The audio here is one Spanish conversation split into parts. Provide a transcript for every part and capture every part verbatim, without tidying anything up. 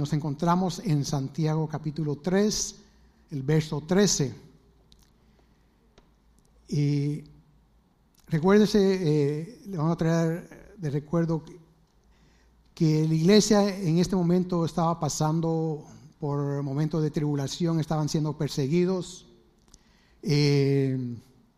nos encontramos en Santiago capítulo tres, el verso trece. Y recuérdese, eh, le vamos a traer de recuerdo que, que la iglesia en este momento estaba pasando por momentos de tribulación, estaban siendo perseguidos. Eh,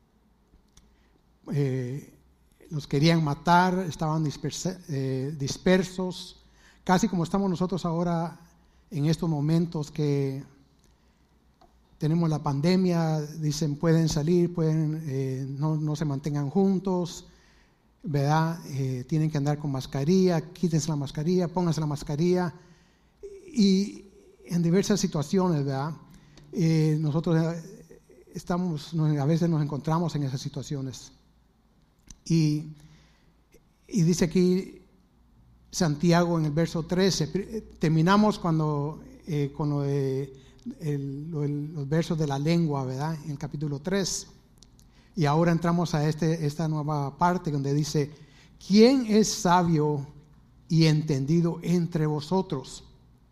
eh, los querían matar, estaban dispersa, eh, dispersos, casi como estamos nosotros ahora en estos momentos que tenemos la pandemia. Dicen pueden salir, pueden eh, no, no se mantengan juntos, ¿verdad? Eh, tienen que andar con mascarilla, quítense la mascarilla, pónganse la mascarilla. Y en diversas situaciones, ¿verdad? Eh, nosotros estamos, a veces nos encontramos en esas situaciones. Y, y dice aquí Santiago en el verso trece, terminamos cuando eh, con lo de, el, lo, el, los versos de la lengua, ¿verdad? En el capítulo tres. Y ahora entramos a este, esta nueva parte donde dice: ¿quién es sabio y entendido entre vosotros?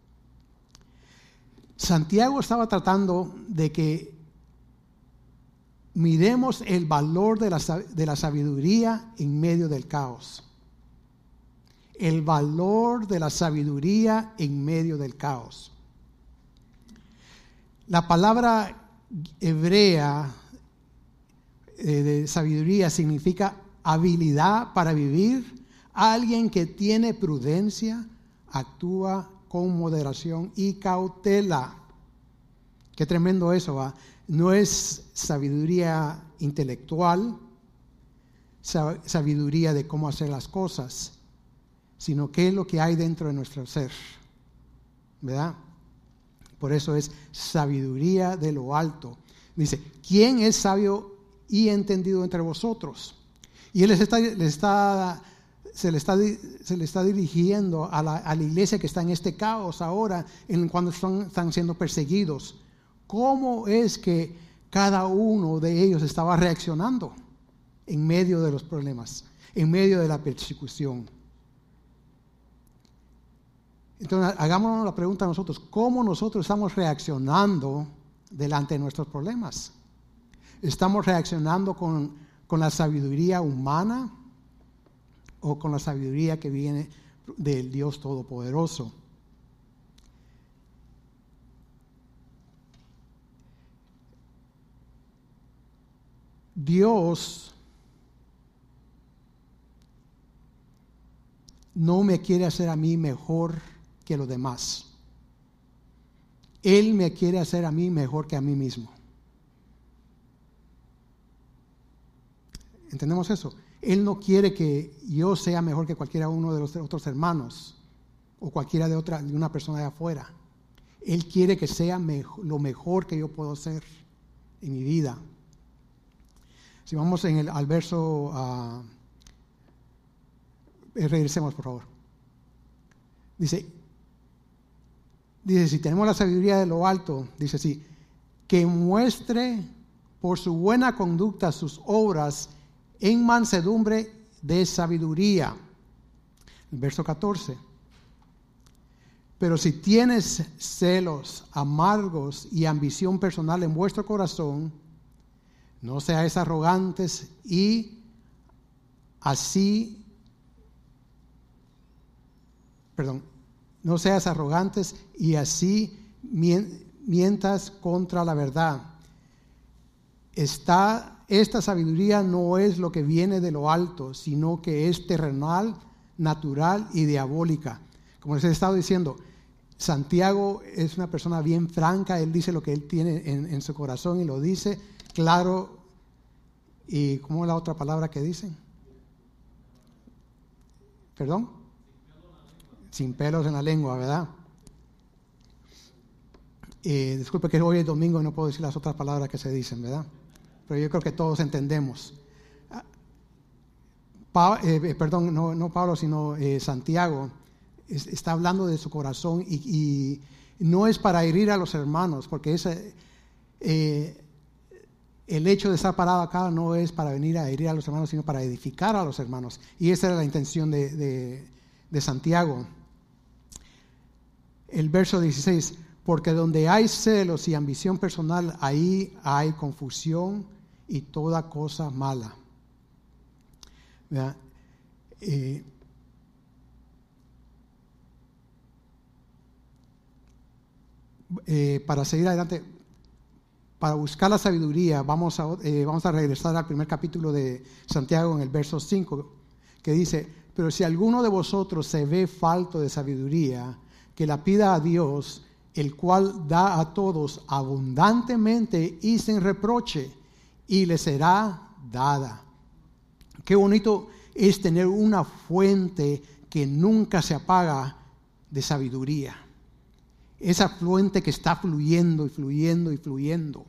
Santiago estaba tratando de que miremos el valor de la, de la sabiduría en medio del caos. El valor de la sabiduría en medio del caos. La palabra hebrea eh, de sabiduría significa habilidad para vivir. Alguien que tiene prudencia, actúa con moderación y cautela. Qué tremendo eso, ¿va? No es sabiduría intelectual, sabiduría de cómo hacer las cosas, sino qué es lo que hay dentro de nuestro ser, ¿verdad? Por eso es sabiduría de lo alto. Dice: ¿quién es sabio y entendido entre vosotros? Y él les está, les está, se, le está, se le está dirigiendo a la, a la iglesia que está en este caos ahora, en cuando son, están siendo perseguidos. ¿Cómo es que cada uno de ellos estaba reaccionando en medio de los problemas, en medio de la persecución? Entonces, hagámonos la pregunta a nosotros: ¿cómo nosotros estamos reaccionando delante de nuestros problemas? ¿Estamos reaccionando con, con la sabiduría humana o con la sabiduría que viene del Dios Todopoderoso? Dios no me quiere hacer a mí mejor que los demás. Él me quiere hacer a mí mejor que a mí mismo. ¿Entendemos eso? Él no quiere que yo sea mejor que cualquiera uno de los otros hermanos o cualquiera de otra de una persona de afuera. Él quiere que sea mejor, lo mejor que yo puedo ser en mi vida. Si vamos en el, al verso, uh, regresemos por favor. Dice, dice, si tenemos la sabiduría de lo alto, dice así: que muestre por su buena conducta sus obras en mansedumbre de sabiduría. El verso catorce. Pero si tienes celos amargos y ambición personal en vuestro corazón, no seáis arrogantes y así, perdón, no seas arrogantes y así mientas contra la verdad. Está, esta sabiduría no es lo que viene de lo alto, sino que es terrenal, natural y diabólica. Como les he estado diciendo, Santiago es una persona bien franca. Él dice lo que él tiene en, en su corazón y lo dice claro. ¿Y cómo es la otra palabra que dicen? ¿Perdón? Sin pelos en la lengua, ¿verdad? Eh, disculpe que hoy es domingo y no puedo decir las otras palabras que se dicen, ¿verdad? Pero yo creo que todos entendemos. Pa, eh, perdón, no, no Pablo, sino eh, Santiago es, está hablando de su corazón y, y no es para herir a los hermanos, porque ese, eh, el hecho de estar parado acá no es para venir a herir a los hermanos, sino para edificar a los hermanos. Y esa era la intención de, de, de Santiago. el verso dieciséis, porque donde hay celos y ambición personal, ahí hay confusión y toda cosa mala. ¿Verdad? Eh, eh, para seguir adelante, para buscar la sabiduría, vamos a, eh, vamos a regresar al primer capítulo de Santiago en el verso cinco, que dice, pero si alguno de vosotros se ve falto de sabiduría, que la pida a Dios, el cual da a todos abundantemente y sin reproche, y le será dada. Qué bonito es tener una fuente que nunca se apaga de sabiduría. Esa fuente que está fluyendo y fluyendo y fluyendo.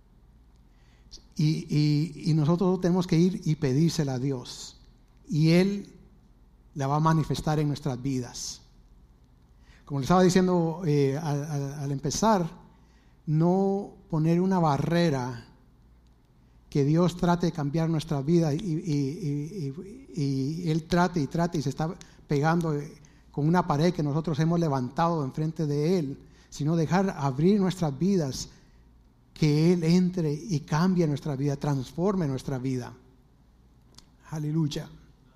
Y, y, y nosotros tenemos que ir y pedírsela a Dios. Y Él la va a manifestar en nuestras vidas. Como les estaba diciendo eh, al, al, al empezar, no poner una barrera que Dios trate de cambiar nuestra vida y, y, y, y, y Él trate y trate y se está pegando con una pared que nosotros hemos levantado enfrente de Él, sino dejar abrir nuestras vidas, que Él entre y cambie nuestra vida, transforme nuestra vida. Aleluya.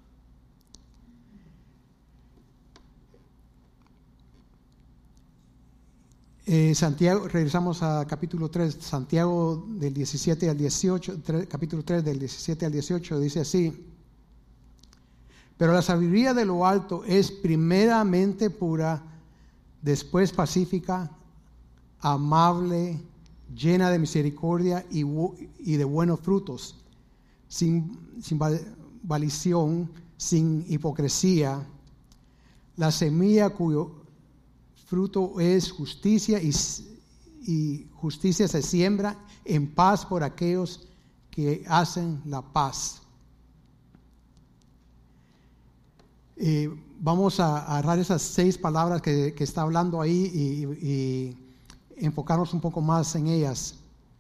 Eh, Santiago, regresamos a capítulo tres, Santiago del diecisiete al dieciocho, tres, capítulo tres del diecisiete al dieciocho, dice así: pero la sabiduría de lo alto es primeramente pura, después pacífica, amable, llena de misericordia y, y de buenos frutos, sin, sin valición, sin hipocresía. La semilla cuyo fruto es justicia y, y justicia se siembra en paz por aquellos que hacen la paz. Eh, vamos a agarrar esas seis palabras que, que está hablando ahí y, y enfocarnos un poco más en ellas.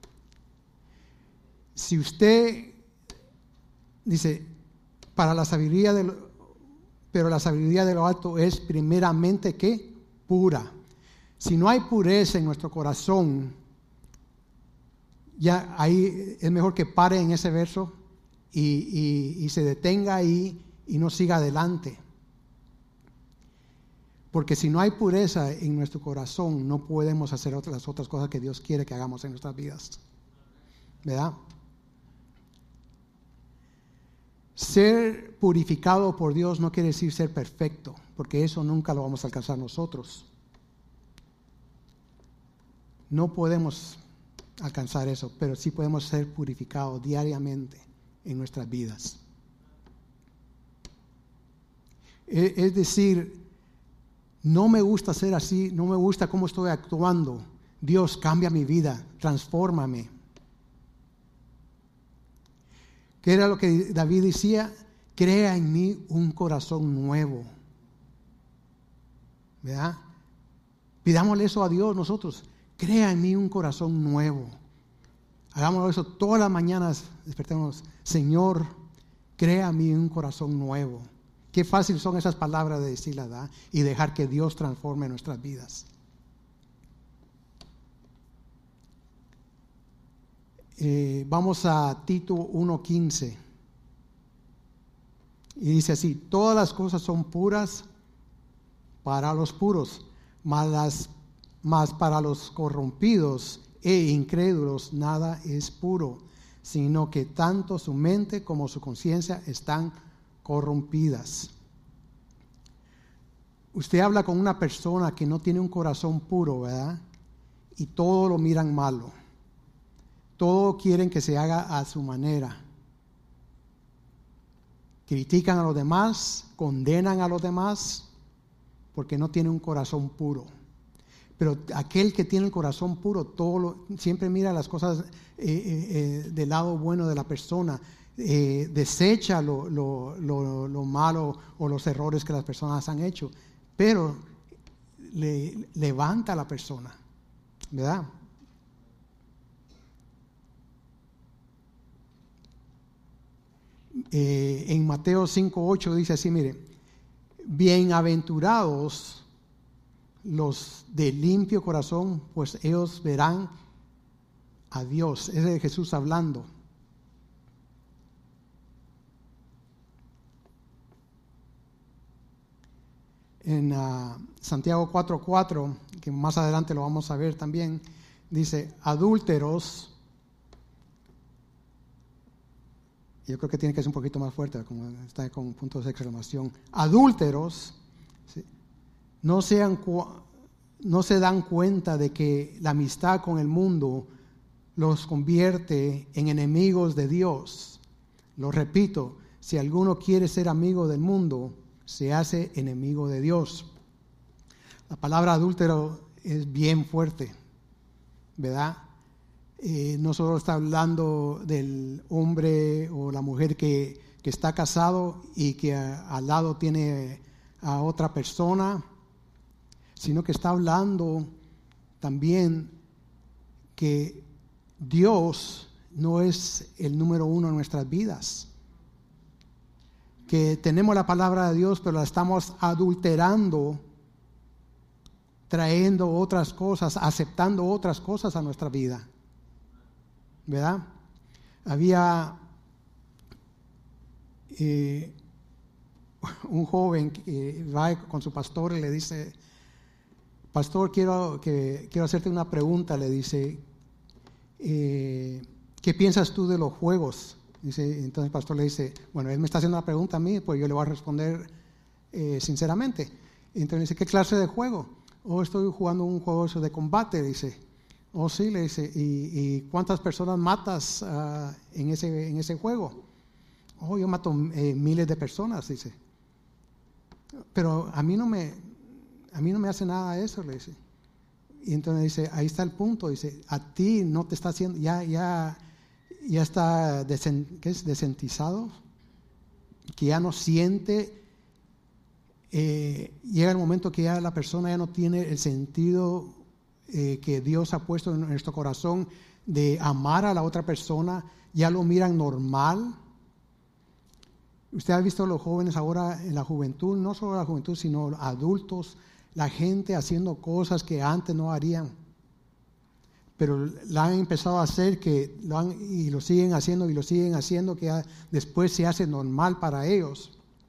Si usted dice, para la sabiduría de lo, pero la sabiduría de lo alto es primeramente ¿qué? Pura. Si no hay pureza en nuestro corazón, ya ahí es mejor que pare en ese verso y, y, y se detenga ahí y no siga adelante. Porque si no hay pureza en nuestro corazón, no podemos hacer otras, las otras cosas que Dios quiere que hagamos en nuestras vidas. ¿Verdad? Ser purificado por Dios no quiere decir ser perfecto, porque eso nunca lo vamos a alcanzar nosotros. No podemos alcanzar eso, pero sí podemos ser purificados diariamente en nuestras vidas. Es decir, no me gusta ser así, no me gusta cómo estoy actuando. Dios, cambia mi vida, transfórmame. ¿Qué era lo que David decía? Crea en mí un corazón nuevo. ¿Verdad? Pidámosle eso a Dios nosotros. Crea en mí un corazón nuevo. Hagámoslo eso todas las mañanas. Despertemos. Señor, crea en mí un corazón nuevo. Qué fácil son esas palabras de decirlas, ¿verdad? Y dejar que Dios transforme nuestras vidas. Eh, vamos a Tito uno quince. Y dice así: todas las cosas son puras para los puros, mas, las, mas para los corrompidos e incrédulos nada es puro, sino que tanto su mente como su conciencia están corrompidas. Usted habla con una persona que no tiene un corazón puro, ¿verdad? Y todo lo miran malo. Todo quieren que se haga a su manera. Critican a los demás, condenan a los demás, porque no tiene un corazón puro. Pero aquel que tiene el corazón puro, todo lo, siempre mira las cosas eh, eh, eh, del lado bueno de la persona. Eh, desecha lo, lo, lo, lo malo o los errores que las personas han hecho, pero le levanta a la persona, ¿verdad? Eh, en Mateo cinco ocho dice así, mire: bienaventurados los de limpio corazón, pues ellos verán a Dios. Ese es Jesús hablando. En uh, Santiago cuatro cuatro, que más adelante lo vamos a ver también, dice: adúlteros. Yo creo que tiene que ser un poquito más fuerte, como está con puntos de exclamación. Adúlteros, ¿sí? no, sean, no se dan cuenta de que la amistad con el mundo los convierte en enemigos de Dios. Lo repito, si alguno quiere ser amigo del mundo, se hace enemigo de Dios. La palabra adúltero es bien fuerte, ¿verdad? Eh, no solo está hablando del hombre o la mujer que, que está casado y que a, al lado tiene a otra persona, sino que está hablando también que Dios no es el número uno en nuestras vidas. Que tenemos la palabra de Dios, pero la estamos adulterando, trayendo otras cosas, aceptando otras cosas a nuestra vida, ¿verdad? Había eh, un joven que va con su pastor y le dice: pastor, quiero, que, quiero hacerte una pregunta. Le dice: eh, ¿qué piensas tú de los juegos? Dice, entonces el pastor le dice: bueno, él me está haciendo una pregunta a mí, pues yo le voy a responder eh, sinceramente. Entonces dice: ¿qué clase de juego? Oh, estoy jugando un juego de combate. Dice: oh, sí. Le dice: ¿y, y cuántas personas matas uh, en, ese, en ese juego? Oh, yo mato eh, miles de personas. Dice: pero a mí no me, a mí no me hace nada eso. Le dice. Y entonces dice: ahí está el punto. Dice: a ti no te está haciendo, ya, ya. ya está desen, ¿qué es? desentizado, que ya no siente, eh, llega el momento que ya la persona ya no tiene el sentido eh, que Dios ha puesto en nuestro corazón de amar a la otra persona, ya lo miran normal. Usted ha visto a los jóvenes ahora en la juventud, no solo la juventud, sino adultos, la gente haciendo cosas que antes no harían, pero la han empezado a hacer, que lo han, y lo siguen haciendo y lo siguen haciendo, que ya después se hace normal para ellos.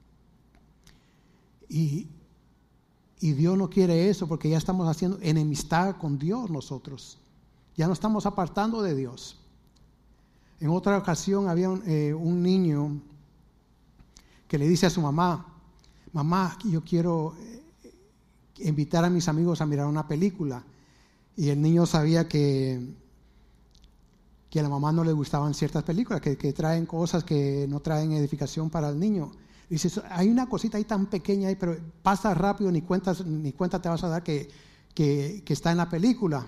Y, y Dios no quiere eso, porque ya estamos haciendo enemistad con Dios nosotros. Ya nos estamos apartando de Dios. En otra ocasión había un, eh, un niño que le dice a su mamá: mamá, yo quiero invitar a mis amigos a mirar una película. Y el niño sabía que, que a la mamá no le gustaban ciertas películas, que, que traen cosas que no traen edificación para el niño. Dice: hay una cosita ahí tan pequeña ahí, pero pasa rápido, ni cuenta, ni cuenta te vas a dar que, que, que está en la película.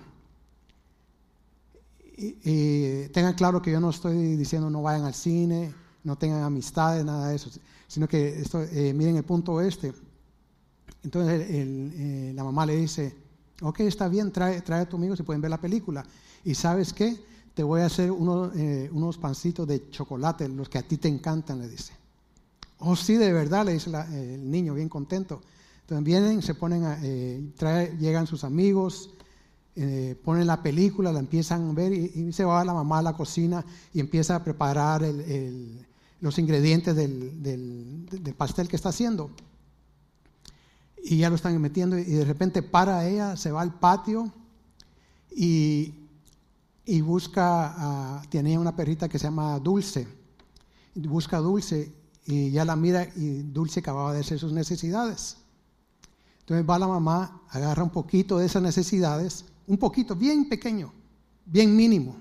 Y, y tengan claro que yo no estoy diciendo no vayan al cine, no tengan amistades, nada de eso, sino que esto, eh, miren el punto este. Entonces el, el, eh, la mamá le dice: ok, está bien, trae, trae a tu amigo si pueden ver la película. Y ¿sabes qué? Te voy a hacer uno, eh, unos pancitos de chocolate, los que a ti te encantan, le dice. Oh, sí, de verdad, le dice la, eh, el niño, bien contento. Entonces vienen, se ponen, a, eh, trae, llegan sus amigos, eh, ponen la película, la empiezan a ver y, y se va la mamá a la cocina y empieza a preparar el, el, los ingredientes del, del, del pastel que está haciendo. Y ya lo están metiendo y de repente para ella, se va al patio y, y busca, uh, tenía una perrita que se llama Dulce, busca a Dulce y ya la mira y Dulce acababa de hacer sus necesidades. Entonces va la mamá, agarra un poquito de esas necesidades, un poquito, bien pequeño, bien mínimo,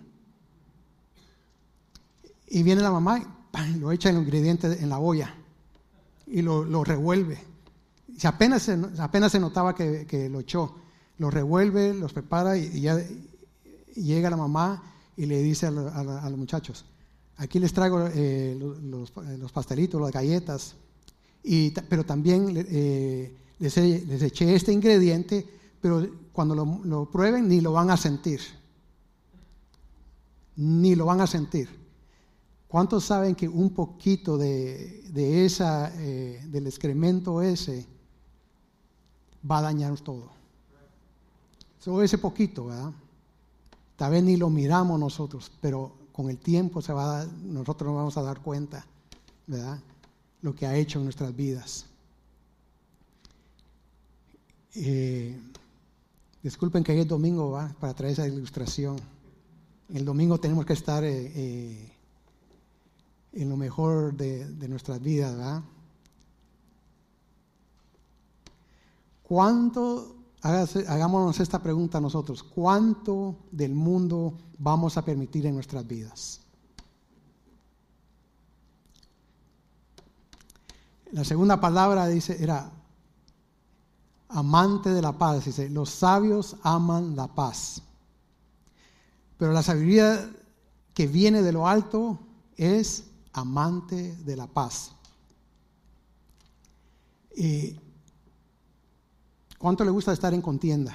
y viene la mamá y ¡pam!, lo echa en los ingredientes en la olla y lo, lo revuelve. Y apenas se, apenas se notaba que, que lo echó, lo revuelve, los prepara y, y ya y llega la mamá y le dice a, lo, a, la, a los muchachos: aquí les traigo eh, los, los pastelitos, las galletas, y, pero también eh, les, les eché este ingrediente, pero cuando lo, lo prueben ni lo van a sentir, ni lo van a sentir. ¿Cuántos saben que un poquito de, de esa, eh, del excremento ese va a dañarnos todo? Solo ese poquito, ¿verdad? Tal vez ni lo miramos nosotros, pero con el tiempo se va a dar, nosotros nos vamos a dar cuenta, ¿verdad? Lo que ha hecho en nuestras vidas. Eh, disculpen que hoy es domingo, ¿va? Para traer esa ilustración. El domingo tenemos que estar eh, eh, en lo mejor de, de nuestras vidas, ¿verdad? ¿Cuánto, hágase, hagámonos esta pregunta nosotros, cuánto del mundo vamos a permitir en nuestras vidas? La segunda palabra dice, era amante de la paz. Dice, los sabios aman la paz. Pero la sabiduría que viene de lo alto es amante de la paz. Eh, ¿Cuánto le gusta estar en contienda?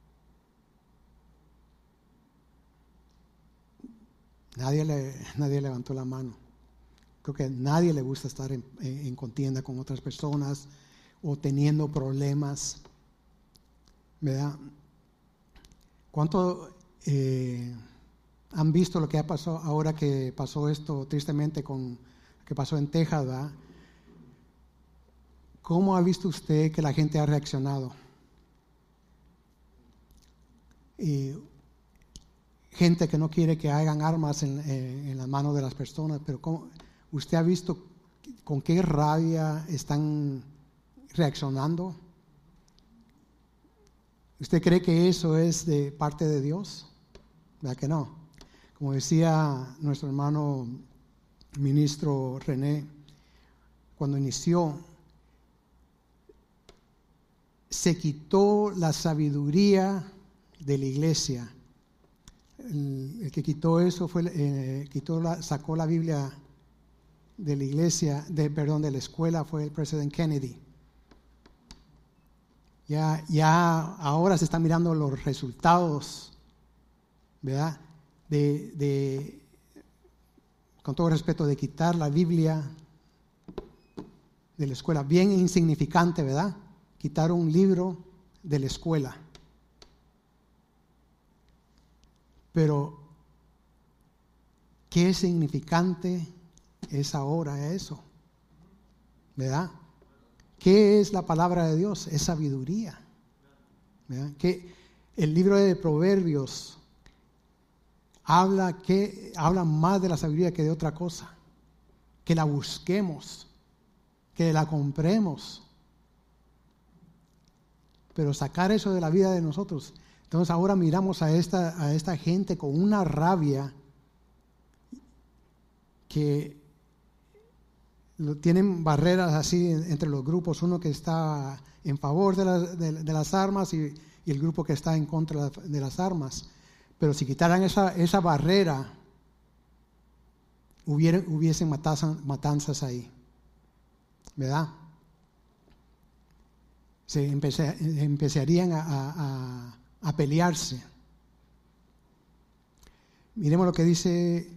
Nadie, le, nadie levantó la mano. Creo que a nadie le gusta estar en, en contienda con otras personas o teniendo problemas, ¿verdad? ¿Cuánto eh, han visto lo que ha pasado ahora que pasó esto tristemente con que pasó en Texas, ¿verdad? ¿Cómo ha visto usted que la gente ha reaccionado? Y gente que no quiere que hagan armas en, en, en las manos de las personas, pero ¿cómo, usted ha visto con qué rabia están reaccionando? ¿Usted cree que eso es de parte de Dios? ¿Verdad que no? Como decía nuestro hermano ministro René, cuando inició, se quitó la sabiduría de la iglesia. El, el que quitó eso fue, eh, quitó la, sacó la Biblia de la iglesia, de, perdón, de la escuela, fue el presidente Kennedy. Ya, ya ahora se están mirando los resultados, ¿verdad? De, de, con todo respeto, de quitar la Biblia de la escuela. Bien insignificante, ¿verdad? Quitar un libro de la escuela. Pero, ¿qué significante es ahora eso? ¿Verdad? ¿Qué es la palabra de Dios? Es sabiduría. ¿Verdad? Que el libro de Proverbios habla, que, habla más de la sabiduría que de otra cosa. Que la busquemos, que la compremos. Pero sacar eso de la vida de nosotros. Entonces ahora miramos a esta, a esta gente con una rabia que tienen barreras así entre los grupos, uno que está en favor de, la, de, de las armas y, y el grupo que está en contra de las armas. Pero si quitaran esa, esa barrera, hubiera, hubiesen matanzas, matanzas ahí, ¿verdad? Se empecé, empezarían a, a, a pelearse. Miremos lo que dice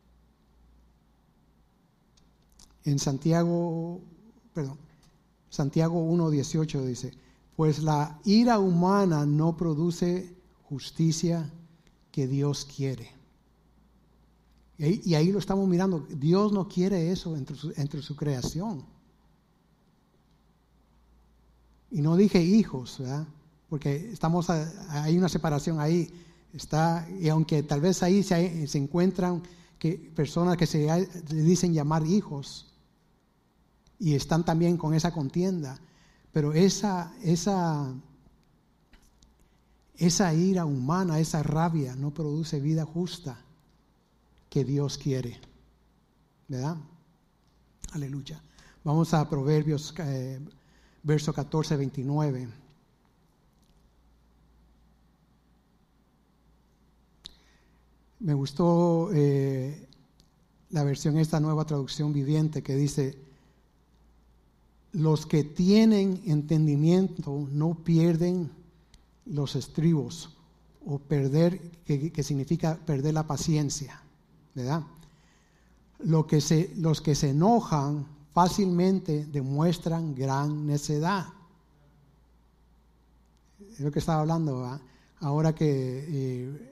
en Santiago, perdón, Santiago uno dieciocho dice, pues la ira humana no produce justicia que Dios quiere. Y ahí, y ahí lo estamos mirando. Dios no quiere eso entre su, entre su creación. Y no dije hijos, ¿verdad? Porque estamos a, hay una separación ahí. Está, y aunque tal vez ahí se, se encuentran que, personas que se le dicen llamar hijos y están también con esa contienda, pero esa, esa, esa ira humana, esa rabia no produce vida justa que Dios quiere, ¿verdad? Aleluya. Vamos a Proverbios eh, verso catorce, veintinueve. Me gustó eh, la versión, esta nueva traducción viviente que dice, los que tienen entendimiento no pierden los estribos, o perder, que, que significa perder la paciencia, ¿verdad? Lo que se, los que se enojan fácilmente demuestran gran necedad. Es lo que estaba hablando, ¿verdad? ahora que,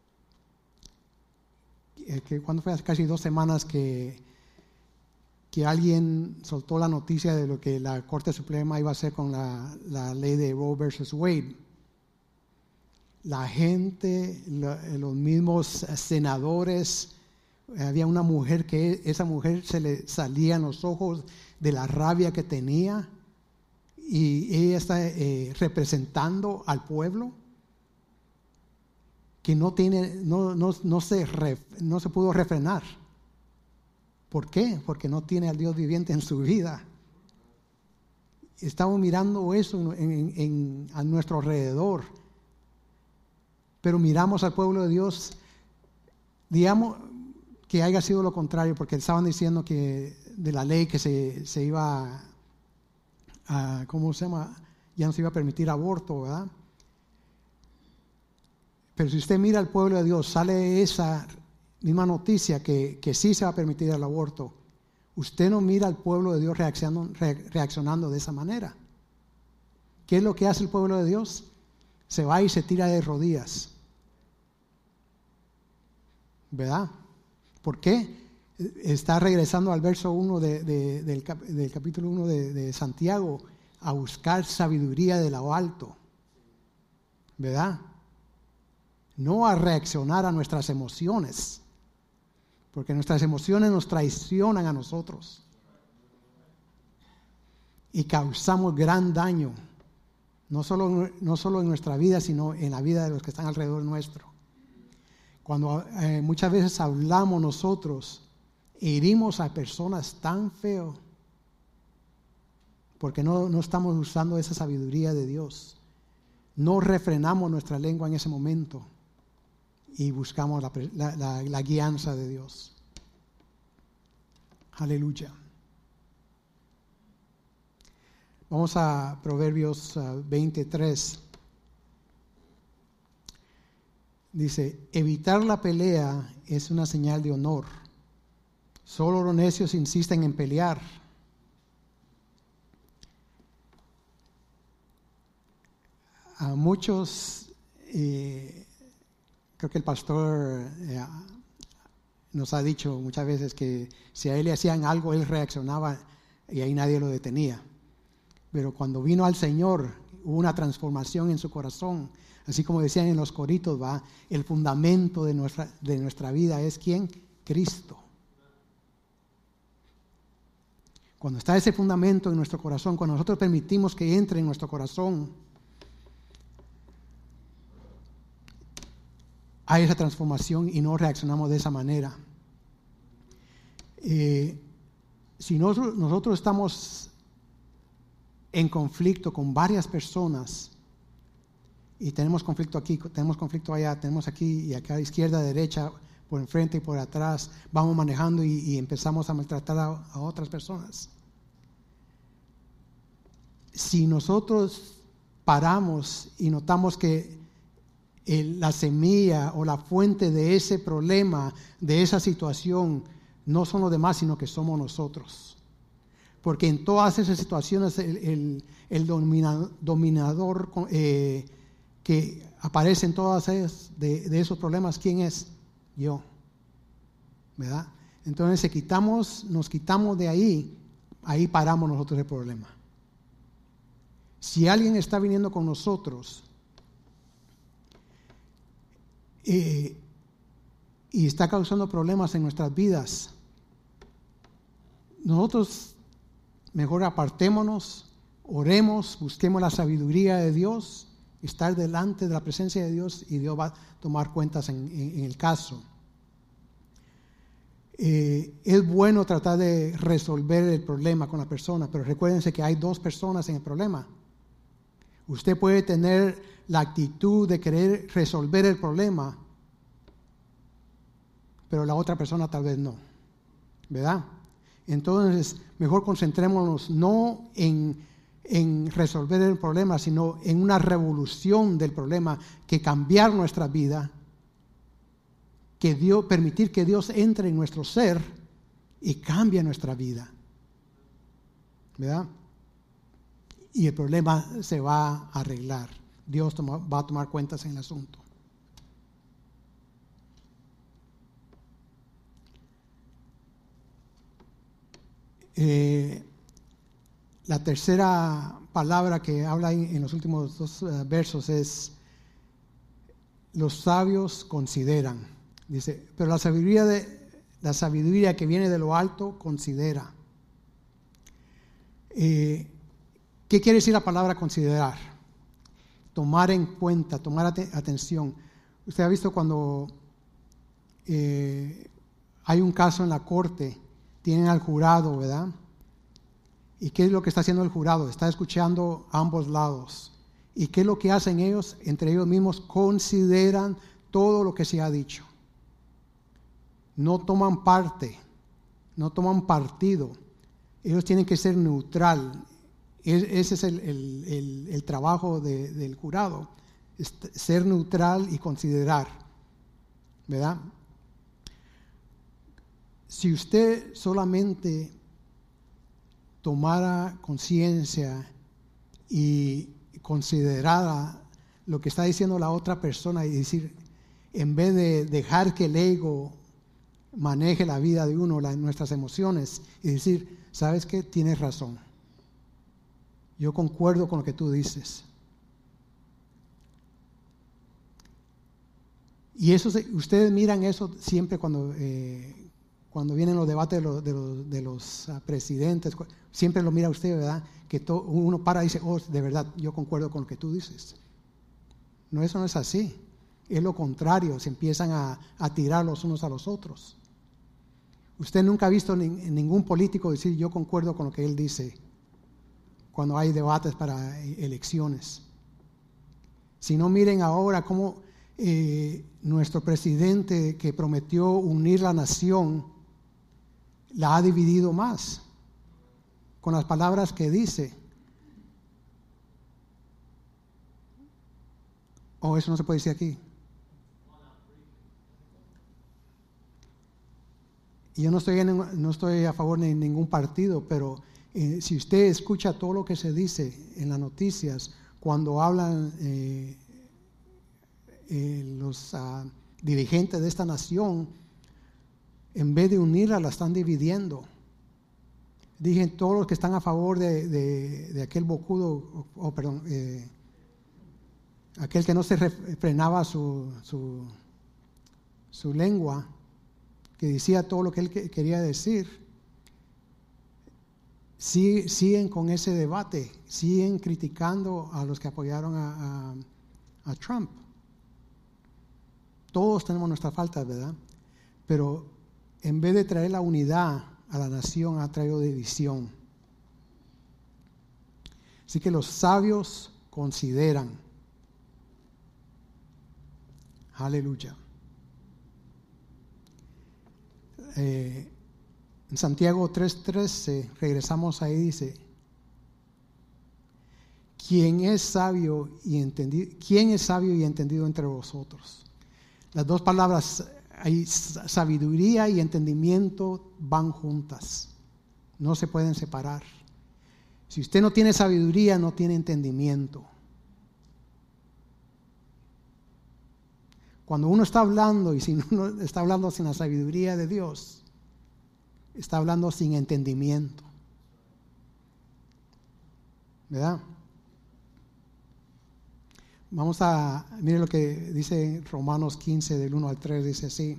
eh, que cuando fue hace casi dos semanas que, que alguien soltó la noticia de lo que la Corte Suprema iba a hacer con la, la ley de Roe versus Wade. La gente, la, los mismos senadores, había una mujer que esa mujer se le salían los ojos de la rabia que tenía, y ella está eh, representando al pueblo que no tiene, no, no, no, se ref, no se pudo refrenar. ¿Por qué? Porque no tiene al Dios viviente en su vida. Estamos mirando eso en, en, en, a nuestro alrededor, pero miramos al pueblo de Dios, digamos que haya sido lo contrario, porque estaban diciendo que de la ley que se, se iba a, ¿cómo se llama? Ya no se iba a permitir aborto, ¿verdad? Pero si usted mira al pueblo de Dios, sale esa misma noticia que, que sí se va a permitir el aborto. Usted no mira al pueblo de Dios reaccionando, re, reaccionando de esa manera. ¿Qué es lo que hace el pueblo de Dios? Se va y se tira de rodillas, ¿verdad? ¿Por qué? Está regresando al verso uno de, de, del, cap, del capítulo uno de, de Santiago, a buscar sabiduría de lo alto, ¿verdad? No a reaccionar a nuestras emociones, porque nuestras emociones nos traicionan a nosotros y causamos gran daño, no solo, no solo en nuestra vida, sino en la vida de los que están alrededor nuestro. Cuando eh, muchas veces hablamos nosotros, herimos a personas tan feo, porque no, no estamos usando esa sabiduría de Dios. No refrenamos nuestra lengua en ese momento y buscamos la, la, la, la guianza de Dios. Aleluya. Vamos a Proverbios uh, veintitrés. Dice, evitar la pelea es una señal de honor. Solo los necios insisten en pelear. A muchos, eh, creo que el pastor eh, nos ha dicho muchas veces que si a él le hacían algo, él reaccionaba y ahí nadie lo detenía. Pero cuando vino al Señor, hubo una transformación en su corazón. Así como decían en los coritos, va, el fundamento de nuestra, de nuestra vida es ¿quién? Cristo. Cuando está ese fundamento en nuestro corazón, cuando nosotros permitimos que entre en nuestro corazón, hay esa transformación y no reaccionamos de esa manera. Eh, si nosotros, nosotros estamos en conflicto con varias personas, y tenemos conflicto aquí, tenemos conflicto allá, tenemos aquí y acá, izquierda, derecha, por enfrente y por atrás, vamos manejando y, y empezamos a maltratar a, a otras personas. Si nosotros paramos y notamos que el, la semilla o la fuente de ese problema, de esa situación, no son los demás, sino que somos nosotros. Porque en todas esas situaciones el, el, el dominador, dominador eh, que aparece en todas ellas de, de esos problemas, ¿quién es? Yo, ¿verdad? Entonces si quitamos, nos quitamos de ahí, ahí paramos nosotros el problema. Si alguien está viniendo con nosotros eh, y está causando problemas en nuestras vidas, nosotros mejor apartémonos, oremos, busquemos la sabiduría de Dios, estar delante de la presencia de Dios y Dios va a tomar cuentas en, en, en el caso. Eh, es bueno tratar de resolver el problema con la persona, pero recuérdense que hay dos personas en el problema. Usted puede tener la actitud de querer resolver el problema, pero la otra persona tal vez no, ¿verdad? Entonces, mejor concentrémonos no en, en resolver el problema, sino en una revolución del problema, que cambiar nuestra vida, que Dios, permitir que Dios entre en nuestro ser y cambie nuestra vida, ¿verdad? Y el problema se va a arreglar. Dios toma, va a tomar cuentas en el asunto. Eh, la tercera palabra que habla en, en los últimos dos uh, versos es: los sabios consideran. Dice, pero la sabiduría, de, la sabiduría que viene de lo alto considera. Eh, ¿Qué quiere decir la palabra considerar? Tomar en cuenta, tomar at- atención. Usted ha visto cuando eh, hay un caso en la corte, tienen al jurado, ¿verdad? ¿Y qué es lo que está haciendo el jurado? Está escuchando ambos lados. ¿Y qué es lo que hacen ellos? Entre ellos mismos consideran todo lo que se ha dicho. No toman parte, no toman partido. Ellos tienen que ser neutral. Ese es el, el, el, el trabajo de, del jurado, ser neutral y considerar, ¿verdad? Si usted solamente tomara conciencia y considerara lo que está diciendo la otra persona y decir, en vez de dejar que el ego maneje la vida de uno, la, nuestras emociones, y decir, ¿sabes qué? Tienes razón. Yo concuerdo con lo que tú dices. Y eso, ustedes miran eso siempre cuando, eh, cuando vienen los debates de los, de los, de los uh, presidentes, siempre lo mira usted, ¿verdad? Que to, uno para y dice, oh, de verdad, yo concuerdo con lo que tú dices. No, eso no es así. Es lo contrario, se empiezan a, a tirar los unos a los otros. Usted nunca ha visto ni, ningún político decir, yo concuerdo con lo que él dice, cuando hay debates para elecciones. Si no, miren ahora cómo eh, nuestro presidente, que prometió unir la nación, la ha dividido más con las palabras que dice. ¿O oh, eso no se puede decir aquí? Y yo no estoy, en, no estoy a favor de ningún partido, pero Eh, si usted escucha todo lo que se dice en las noticias, cuando hablan eh, eh, los uh, dirigentes de esta nación, en vez de unirla, la están dividiendo. Dije, todos los que están a favor de, de, de aquel bocudo, o oh, perdón, eh, aquel que no se refrenaba su, su, su lengua, que decía todo lo que él que, quería decir, Sí, siguen con ese debate, siguen criticando a los que apoyaron a, a, a Trump. Todos tenemos nuestras faltas, ¿verdad? Pero en vez de traer la unidad a la nación, ha traído división. Así que los sabios consideran. Aleluya. Eh, En Santiago tres trece, regresamos ahí, dice, ¿quién es sabio y entendido? ¿Quién es sabio y entendido entre vosotros? Las dos palabras, hay sabiduría y entendimiento, van juntas, no se pueden separar. Si usted no tiene sabiduría, no tiene entendimiento. Cuando uno está hablando y si uno está hablando sin la sabiduría de Dios, está hablando sin entendimiento, ¿verdad? Vamos a, mire lo que dice Romanos quince del uno al tres, dice así: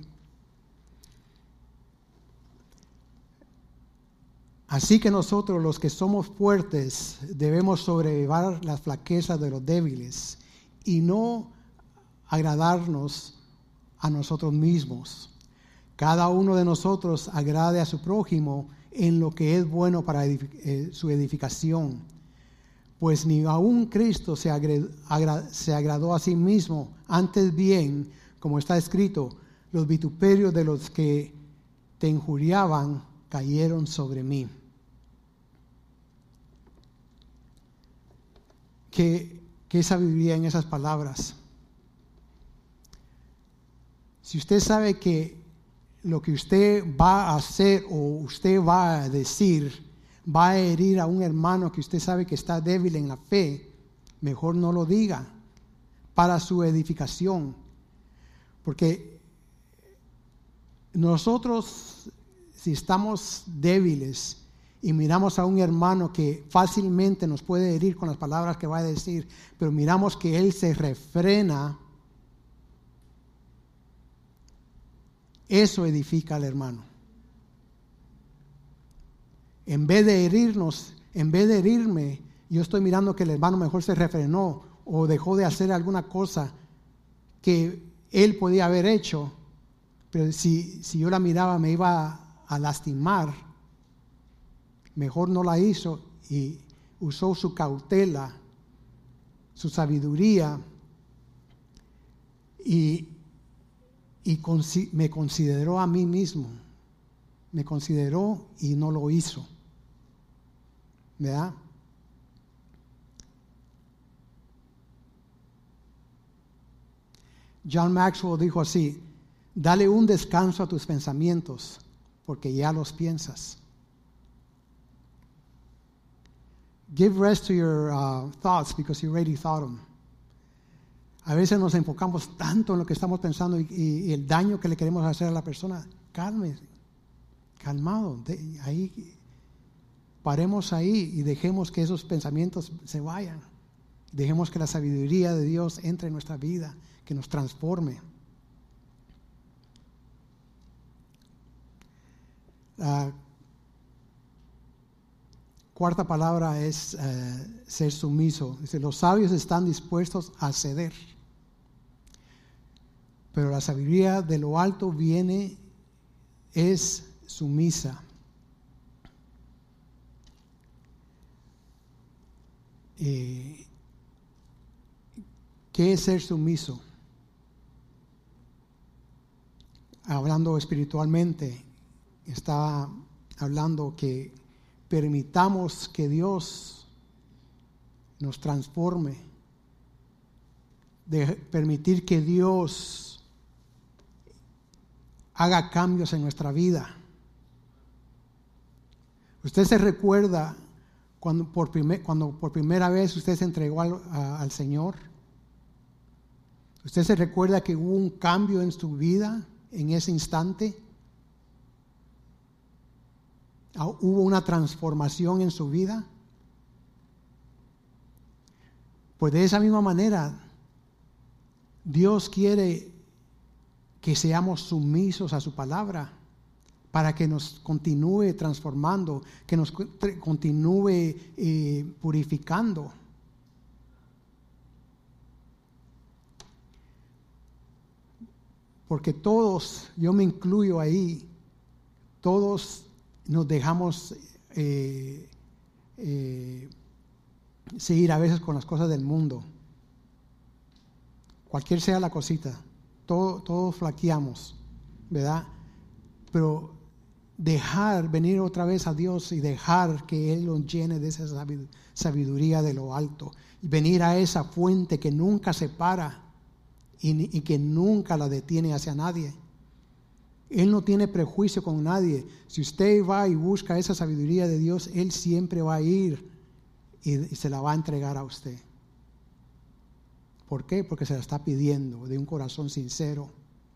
así que nosotros, los que somos fuertes, debemos sobrellevar las flaquezas de los débiles y no agradarnos a nosotros mismos. Cada uno de nosotros agrade a su prójimo en lo que es bueno para edific- eh, su edificación. Pues ni aun Cristo se, agre- agra- se agradó a sí mismo, antes bien, como está escrito, los vituperios de los que te injuriaban cayeron sobre mí. ¿Qué, qué sabiduría en esas palabras? Si usted sabe que lo que usted va a hacer o usted va a decir va a herir a un hermano que usted sabe que está débil en la fe, mejor no lo diga. para su edificación. Porque nosotros, si estamos débiles y miramos a un hermano que fácilmente nos puede herir con las palabras que va a decir, pero miramos que él se refrena, eso edifica al hermano. En vez de herirnos, en vez de herirme, yo estoy mirando que el hermano mejor se refrenó o dejó de hacer alguna cosa que él podía haber hecho, pero si, si yo la miraba me iba a lastimar, mejor no la hizo y usó su cautela, su sabiduría y, y consi- me consideró a mí mismo, me consideró y no lo hizo, ¿verdad? John Maxwell dijo así: dale un descanso a tus pensamientos, porque ya los piensas. Give rest to your uh, thoughts, because you already thought them. A veces nos enfocamos tanto en lo que estamos pensando y, y, y el daño que le queremos hacer a la persona. Calme, calmado. De, ahí, paremos ahí y dejemos que esos pensamientos se vayan. Dejemos que la sabiduría de Dios entre en nuestra vida, que nos transforme. La cuarta palabra es uh, ser sumiso. Dice, los sabios están dispuestos a ceder, pero la sabiduría de lo alto viene, es sumisa. Eh, ¿Qué es ser sumiso? Hablando espiritualmente, está hablando que permitamos que Dios nos transforme, de permitir que Dios haga cambios en nuestra vida. Usted se recuerda cuando por, primer, cuando por primera vez usted se entregó al, a, al Señor. Usted se recuerda que hubo un cambio en su vida en ese instante. Hubo una transformación en su vida. Pues de esa misma manera, Dios quiere que seamos sumisos a su palabra para que nos continúe transformando, que nos continúe eh, purificando. Porque todos, yo me incluyo ahí, todos nos dejamos eh, eh, seguir a veces con las cosas del mundo. Cualquier sea la cosita, todo, todos flaqueamos, ¿verdad? Pero dejar venir otra vez a Dios y dejar que Él nos llene de esa sabiduría de lo alto, y venir a esa fuente que nunca se para y, y que nunca la detiene hacia nadie. Él no tiene prejuicio con nadie. Si usted va y busca esa sabiduría de Dios, Él siempre va a ir y, y se la va a entregar a usted. ¿Por qué? Porque se la está pidiendo de un corazón sincero.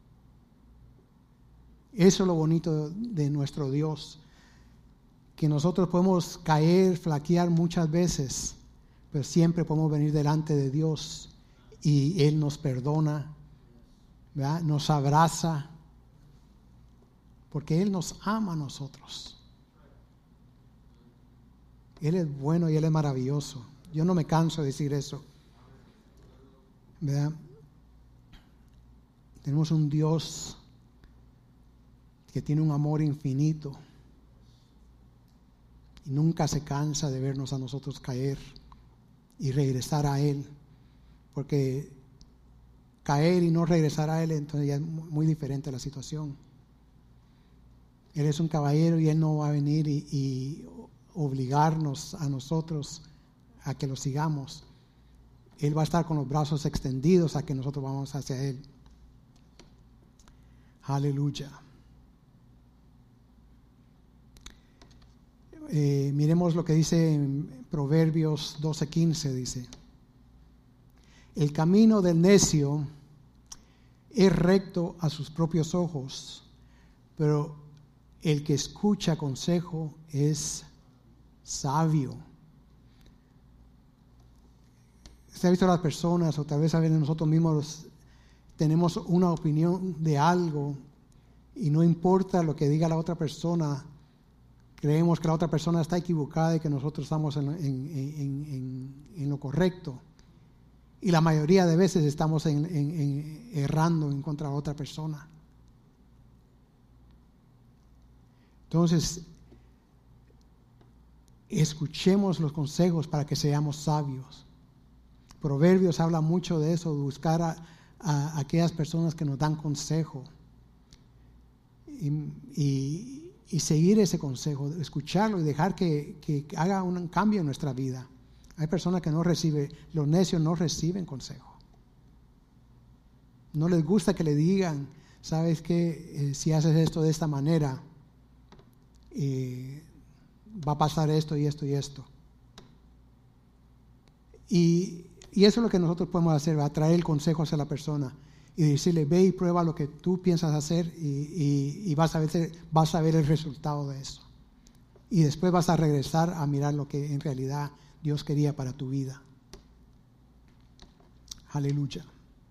Eso es lo bonito de, de nuestro Dios, que nosotros podemos caer, flaquear muchas veces, pero siempre podemos venir delante de Dios y Él nos perdona, ¿verdad? Nos abraza, porque Él nos ama a nosotros. Él es bueno y Él es maravilloso. Yo no me canso de decir eso, ¿verdad? Tenemos un Dios que tiene un amor infinito y nunca se cansa de vernos a nosotros caer y regresar a Él, porque caer y no regresar a Él, entonces ya es muy diferente la situación. Él es un caballero y Él no va a venir y, y obligarnos a nosotros a que lo sigamos. Él va a estar con los brazos extendidos a que nosotros vamos hacia Él. Aleluya. Eh, miremos lo que dice en Proverbios doce quince, dice: El camino del necio es recto a sus propios ojos, pero el que escucha consejo es sabio. ¿Se ha visto a las personas, o tal vez a veces nosotros mismos tenemos una opinión de algo y no importa lo que diga la otra persona, creemos que la otra persona está equivocada y que nosotros estamos en, en, en, en, en lo correcto? Y la mayoría de veces estamos en, en, en errando en contra de otra persona. Entonces, escuchemos los consejos para que seamos sabios. Proverbios habla mucho de eso, de buscar a, a aquellas personas que nos dan consejo y, y, y seguir ese consejo, escucharlo y dejar que, que haga un cambio en nuestra vida. Hay personas que no reciben, los necios no reciben consejo. No les gusta que le digan, sabes que eh, si haces esto de esta manera, eh, va a pasar esto y esto y esto. Y, y eso es lo que nosotros podemos hacer, atraer el consejo hacia la persona y decirle, ve y prueba lo que tú piensas hacer y, y, y vas a ver, vas a ver el resultado de eso. Y después vas a regresar a mirar lo que en realidad Dios quería para tu vida. Aleluya.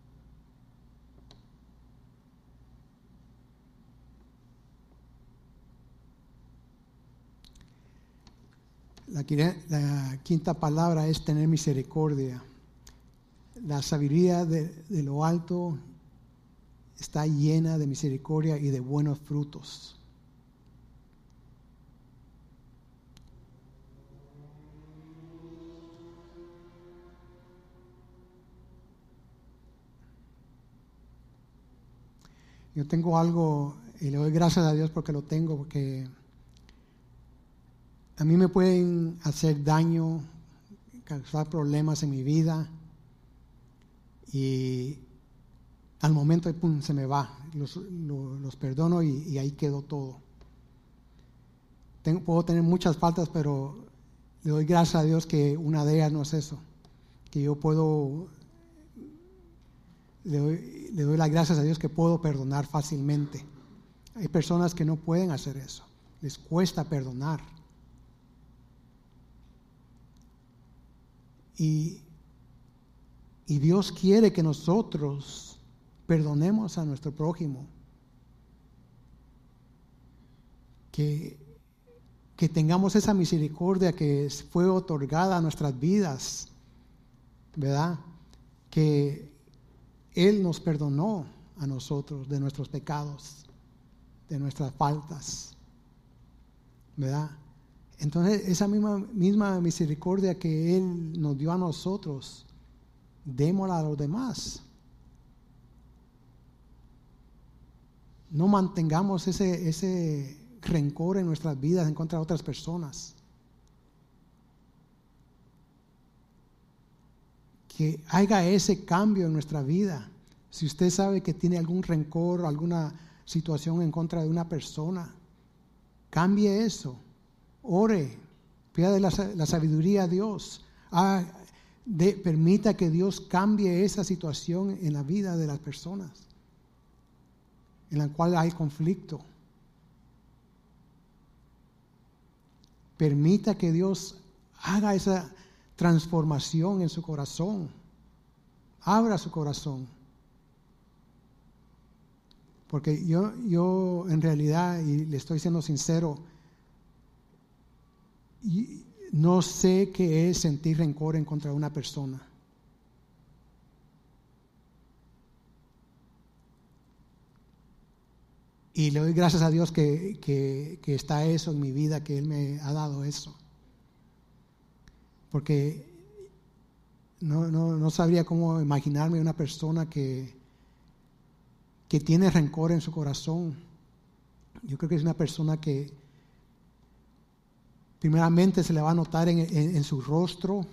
La, la quinta palabra es tener misericordia. La sabiduría de, de lo alto está llena de misericordia y de buenos frutos. Yo tengo algo y le doy gracias a Dios porque lo tengo, porque a mí me pueden hacer daño, causar problemas en mi vida y al momento pum, se me va, los, los, los perdono y, y ahí quedó todo. Tengo, puedo tener muchas faltas, pero le doy gracias a Dios que una de ellas no es eso, que yo puedo, le doy, le doy las gracias a Dios que puedo perdonar fácilmente. Hay personas que no pueden hacer eso, les cuesta perdonar. Y, y Dios quiere que nosotros perdonemos a nuestro prójimo, que, que tengamos esa misericordia que fue otorgada a nuestras vidas, ¿verdad? Que Él nos perdonó a nosotros de nuestros pecados, de nuestras faltas, ¿verdad? Entonces, esa misma, misma misericordia que Él nos dio a nosotros, démosla a los demás. No mantengamos ese, ese rencor en nuestras vidas en contra de otras personas. Que haya ese cambio en nuestra vida. Si usted sabe que tiene algún rencor, alguna situación en contra de una persona, cambie eso. Ore, pida la, la sabiduría a Dios. Ah, de, permita que Dios cambie esa situación en la vida de las personas en la cual hay conflicto. Permita que Dios haga esa transformación en su corazón. Abra su corazón. Porque yo, yo en realidad, y le estoy siendo sincero, y no sé qué es sentir rencor en contra de una persona. Y le doy gracias a Dios que, que, que está eso en mi vida, que Él me ha dado eso. Porque no, no, no sabría cómo imaginarme una persona que, que tiene rencor en su corazón. Yo creo que es una persona que primeramente se le va a notar en, en, en su rostro,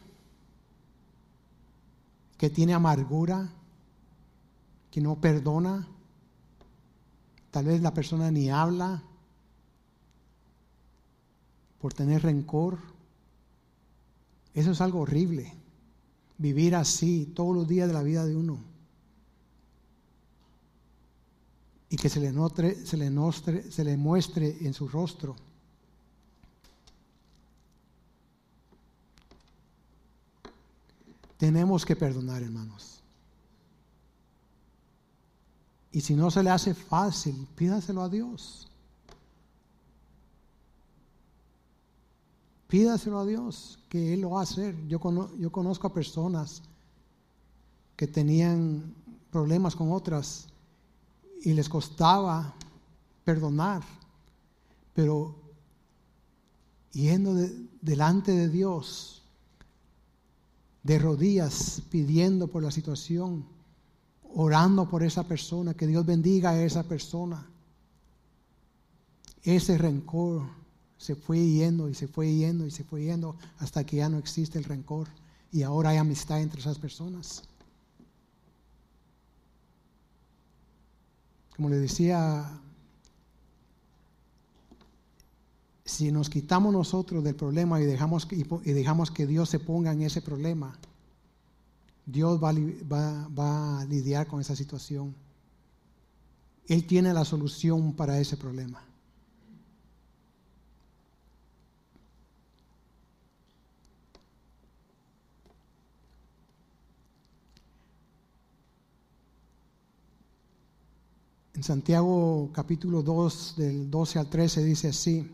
que tiene amargura, que no perdona. Tal vez la persona ni habla por tener rencor. Eso es algo horrible. vivir así todos los días de la vida de uno. Y que se le, notre, se le, nostre, se le muestre en su rostro. Tenemos que perdonar, hermanos. Y si no se le hace fácil, pídaselo a Dios. Pídaselo a Dios, que Él lo va a hacer. Yo, cono, yo conozco a personas que tenían problemas con otras y les costaba perdonar, pero yendo de, delante de Dios, de rodillas, pidiendo por la situación, orando por esa persona, que Dios bendiga a esa persona, ese rencor se fue yendo y se fue yendo y se fue yendo hasta que ya no existe el rencor y ahora hay amistad entre esas personas. Como le decía, si nos quitamos nosotros del problema y dejamos, y dejamos que Dios se ponga en ese problema, Dios va, va, va a lidiar con esa situación. Él tiene la solución para ese problema. En Santiago capítulo dos, del doce al trece, dice así: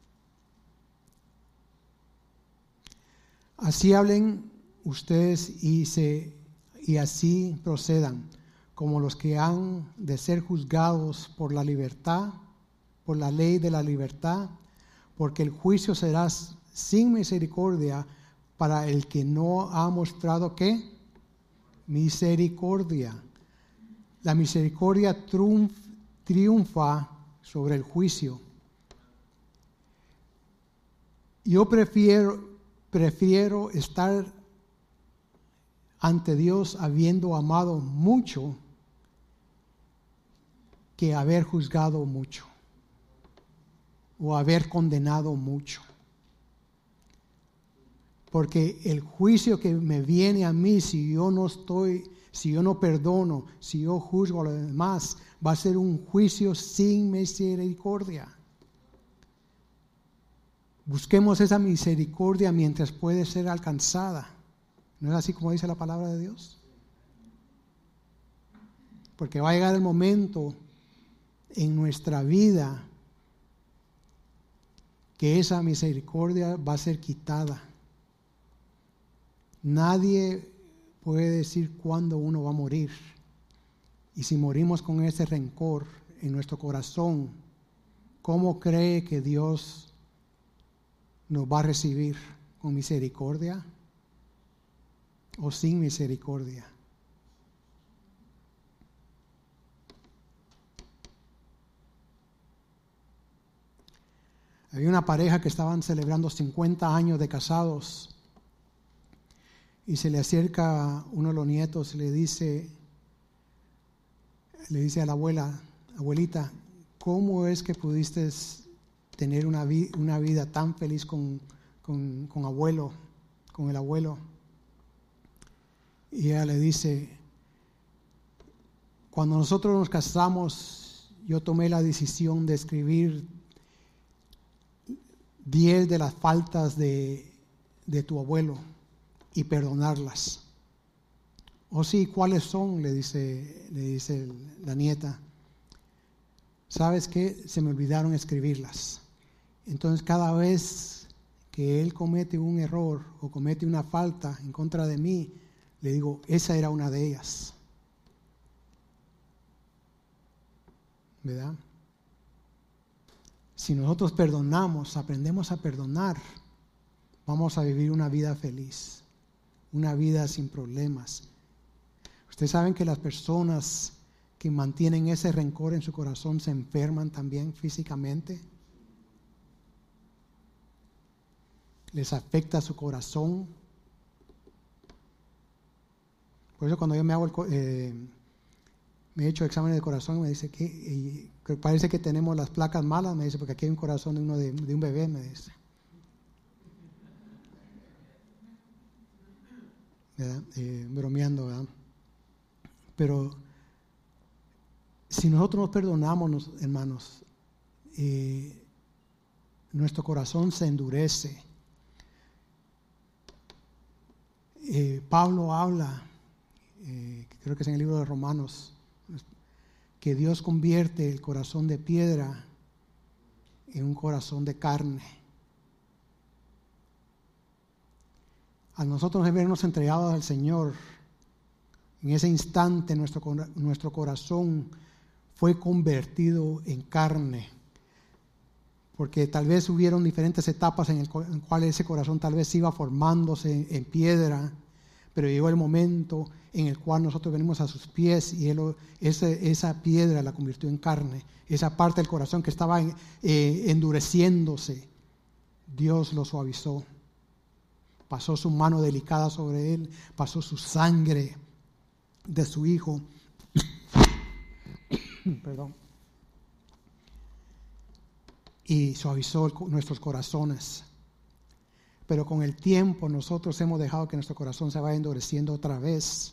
así hablen ustedes y, se, y así procedan, como los que han de ser juzgados por la libertad, por la ley de la libertad, porque el juicio será sin misericordia para el que no ha mostrado ¿qué? Misericordia. La misericordia triunfa sobre el juicio. Yo prefiero, prefiero estar ante Dios habiendo amado mucho que haber juzgado mucho o haber condenado mucho. Porque el juicio que me viene a mí, si yo no estoy, si yo no perdono, si yo juzgo a los demás, va a ser un juicio sin misericordia. Busquemos esa misericordia mientras puede ser alcanzada. ¿No es así como dice la palabra de Dios? Porque va a llegar el momento en nuestra vida que esa misericordia va a ser quitada. Nadie puede decir cuándo uno va a morir. Y si morimos con ese rencor en nuestro corazón, ¿cómo cree que Dios nos va a recibir? ¿Con misericordia o sin misericordia? Había una pareja que estaban celebrando cincuenta años de casados y se le acerca uno de los nietos y le dice, le dice a la abuela, abuelita, ¿cómo es que pudiste tener una, vi- una vida tan feliz con, con, con abuelo, con el abuelo? Y ella le dice, cuando nosotros nos casamos, yo tomé la decisión de escribir diez de las faltas de, de tu abuelo y perdonarlas. O sí, ¿cuáles son? Le dice, le dice la nieta. ¿Sabes qué? Se me olvidaron escribirlas. Entonces cada vez que él comete un error o comete una falta en contra de mí, le digo, esa era una de ellas. ¿Verdad? Si nosotros perdonamos, aprendemos a perdonar, vamos a vivir una vida feliz, una vida sin problemas. Ustedes saben que las personas que mantienen ese rencor en su corazón se enferman también físicamente. Les afecta su corazón. Por eso cuando yo me hago el, eh, me he hecho exámenes de corazón y me dice que, y, que parece que tenemos las placas malas, me dice, porque aquí hay un corazón de uno de, de un bebé, me dice. ¿verdad? Eh, bromeando, ¿verdad? Pero si nosotros nos perdonamos, hermanos, eh, nuestro corazón se endurece. Eh, Pablo habla, eh, creo que es en el libro de Romanos, que Dios convierte el corazón de piedra en un corazón de carne. A nosotros vernos entregados al Señor, en ese instante nuestro, nuestro corazón fue convertido en carne, porque tal vez hubieron diferentes etapas en el en cual ese corazón tal vez iba formándose en, en piedra, pero llegó el momento en el cual nosotros venimos a sus pies y él, ese, esa piedra la convirtió en carne. Esa parte del corazón que estaba en, eh, endureciéndose, Dios lo suavizó. Pasó su mano delicada sobre él, pasó su sangre de su Hijo. Perdón. Y suavizó el, nuestros corazones. Pero con el tiempo nosotros hemos dejado que nuestro corazón se vaya endureciendo otra vez.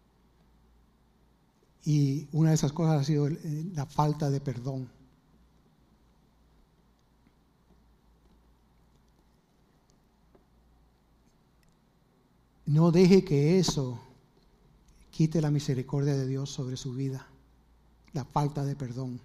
Y una de esas cosas ha sido la falta de perdón. No deje que eso quite la misericordia de Dios sobre su vida, la falta de perdón.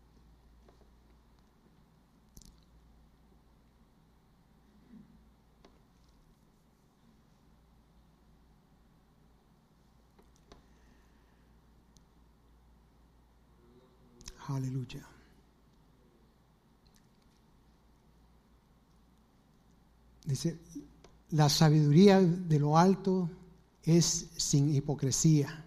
Aleluya. Dice, la sabiduría de lo alto es sin hipocresía.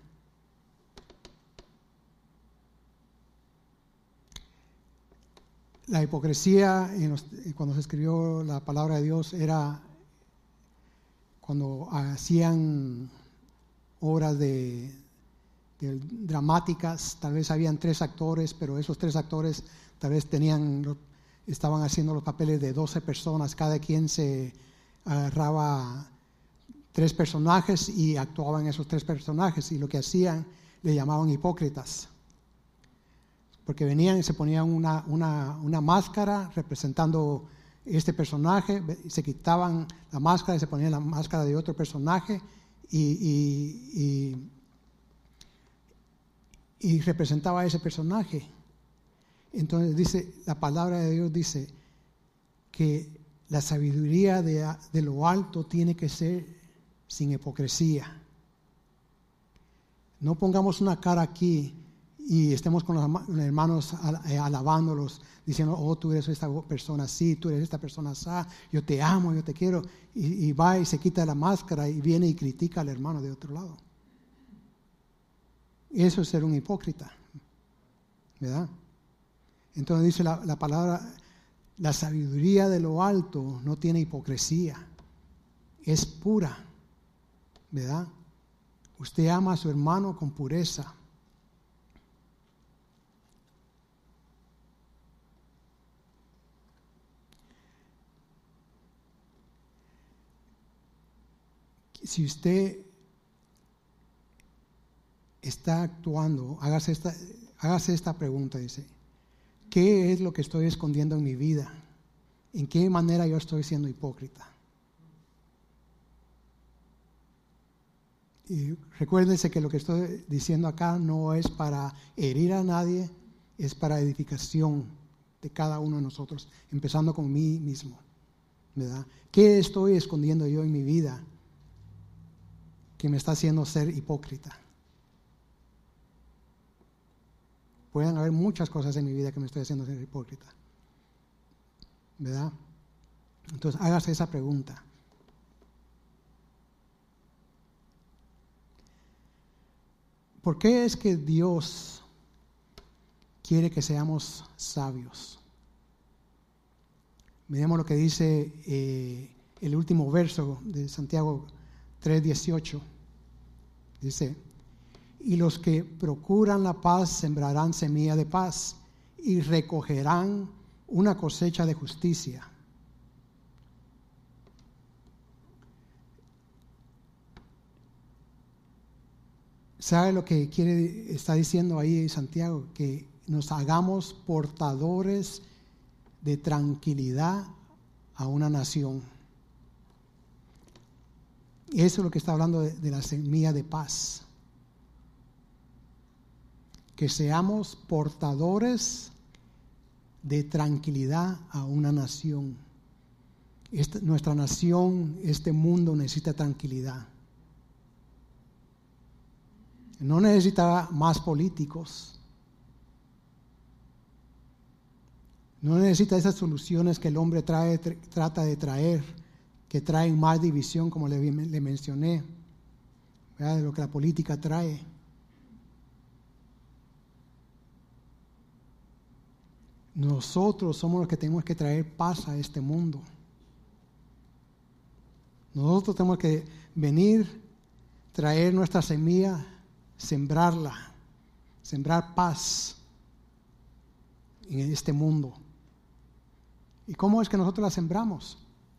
La hipocresía, en los, cuando se escribió la palabra de Dios, era cuando hacían obras de, de dramáticas. Tal vez habían tres actores, pero esos tres actores tal vez tenían, estaban haciendo los papeles de doce personas. Cada quien se agarraba tres personajes y actuaban esos tres personajes, y lo que hacían le llamaban hipócritas, porque venían y se ponían una, una, una máscara representando este personaje, se quitaban la máscara y se ponían la máscara de otro personaje y, y, y, y representaba a ese personaje. Entonces dice, la palabra de Dios dice que la sabiduría de, de lo alto tiene que ser sin hipocresía. No pongamos una cara aquí y estemos con los hermanos alabándolos, diciendo, oh, tú eres esta persona así, tú eres esta persona así, yo te amo, yo te quiero, y, y va y se quita la máscara y viene y critica al hermano de otro lado. Eso es ser un hipócrita, ¿verdad? Entonces dice la, la palabra, la sabiduría de lo alto no tiene hipocresía, es pura, ¿verdad? Usted ama a su hermano con pureza. Si usted está actuando, hágase esta, hágase esta pregunta, dice, ¿qué es lo que estoy escondiendo en mi vida? ¿En qué manera yo estoy siendo hipócrita? Y recuérdense que lo que estoy diciendo acá no es para herir a nadie, es para edificación de cada uno de nosotros, empezando con mí mismo, ¿verdad? ¿Qué estoy escondiendo yo en mi vida que me está haciendo ser hipócrita? Pueden haber muchas cosas en mi vida que me estoy haciendo ser hipócrita, ¿verdad? Entonces hágase esa pregunta. ¿Por qué es que Dios quiere que seamos sabios? Miremos lo que dice eh, el último verso de Santiago tres dieciocho. Dice, y los que procuran la paz sembrarán semilla de paz y recogerán una cosecha de justicia. ¿Sabe lo que quiere, está diciendo ahí Santiago? Que nos hagamos portadores de tranquilidad a una nación. Eso es lo que está hablando de, de la semilla de paz. Que seamos portadores de tranquilidad a una nación. Esta, nuestra nación, este mundo necesita tranquilidad. No necesita más políticos. No necesita esas soluciones que el hombre trae, tr- trata de traer, que traen más división, como le, le mencioné, ¿verdad? De lo que la política trae. Nosotros somos los que tenemos que traer paz a este mundo. Nosotros tenemos que venir, traer nuestra semilla, sembrarla, sembrar paz en este mundo. ¿Y cómo es que nosotros la sembramos?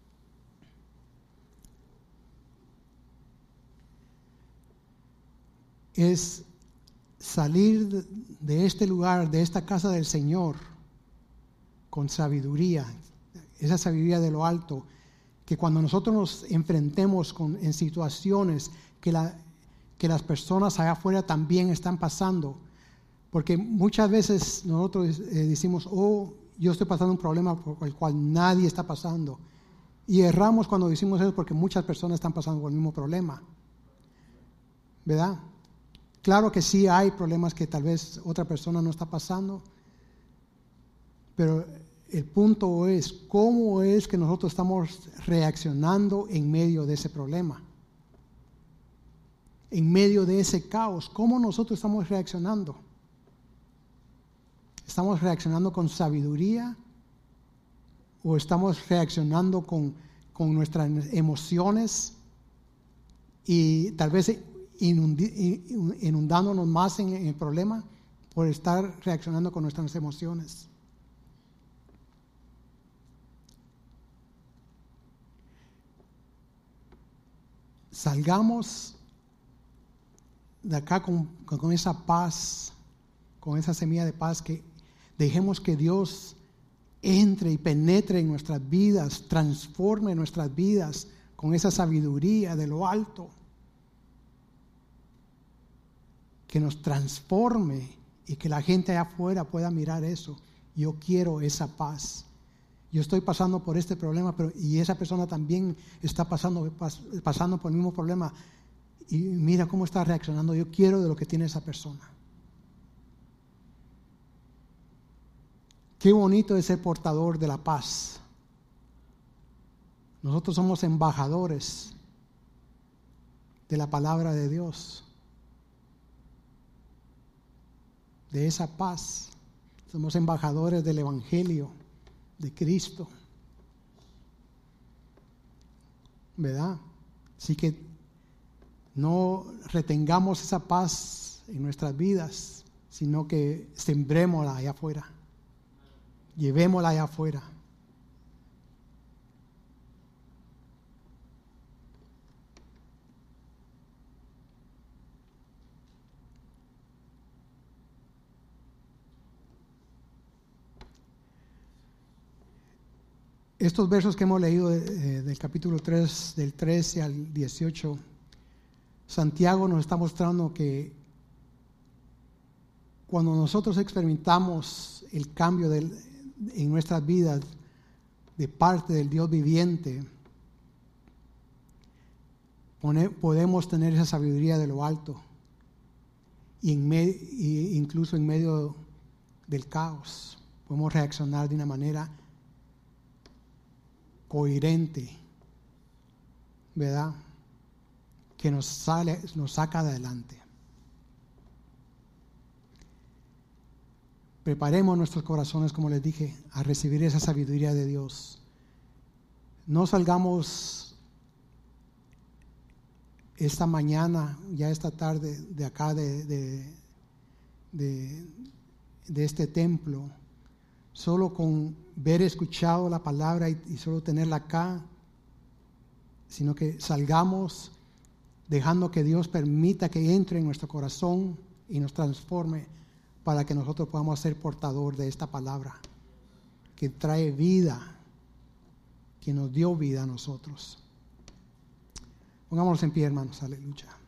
Es salir de este lugar, de esta casa del Señor, con sabiduría, esa sabiduría de lo alto, que cuando nosotros nos enfrentemos con, en situaciones que, la, que las personas allá afuera también están pasando, porque muchas veces nosotros eh, decimos, oh, yo estoy pasando un problema por el cual nadie está pasando, y erramos cuando decimos eso porque muchas personas están pasando por el mismo problema, ¿verdad? Claro que sí hay problemas que tal vez otra persona no está pasando, pero el punto es, ¿cómo es que nosotros estamos reaccionando en medio de ese problema? En medio de ese caos, ¿cómo nosotros estamos reaccionando? ¿Estamos reaccionando con sabiduría? ¿O estamos reaccionando con, con nuestras emociones? Y tal vez inundi, inundándonos más en, en el problema por estar reaccionando con nuestras emociones. Salgamos de acá con, con esa paz, con esa semilla de paz, que dejemos que Dios entre y penetre en nuestras vidas, transforme nuestras vidas con esa sabiduría de lo alto, que nos transforme y que la gente allá afuera pueda mirar eso. Yo quiero esa paz. Yo estoy pasando por este problema, pero y esa persona también está pasando, pas, pasando por el mismo problema. Y mira cómo está reaccionando. Yo quiero de lo que tiene esa persona. Qué bonito es ser portador de la paz. Nosotros somos embajadores de la palabra de Dios, de esa paz. Somos embajadores del Evangelio de Cristo, ¿verdad? Así que no retengamos esa paz en nuestras vidas, sino que sembrémosla allá afuera, llevémosla allá afuera. Estos versos que hemos leído de, de, del capítulo tres, del trece al dieciocho, Santiago nos está mostrando que cuando nosotros experimentamos el cambio del, en nuestras vidas de parte del Dios viviente, pone, podemos tener esa sabiduría de lo alto, y, en me, y incluso en medio del caos podemos reaccionar de una manera coherente, ¿verdad? Que nos sale, nos saca adelante. Preparemos nuestros corazones, como les dije, a recibir esa sabiduría de Dios. No salgamos esta mañana, ya esta tarde, de acá de, de, de, de este templo, solo con ver, escuchado la palabra y, y solo tenerla acá, sino que salgamos dejando que Dios permita que entre en nuestro corazón y nos transforme para que nosotros podamos ser portador de esta palabra que trae vida, que nos dio vida a nosotros. Pongámonos en pie, hermanos, aleluya.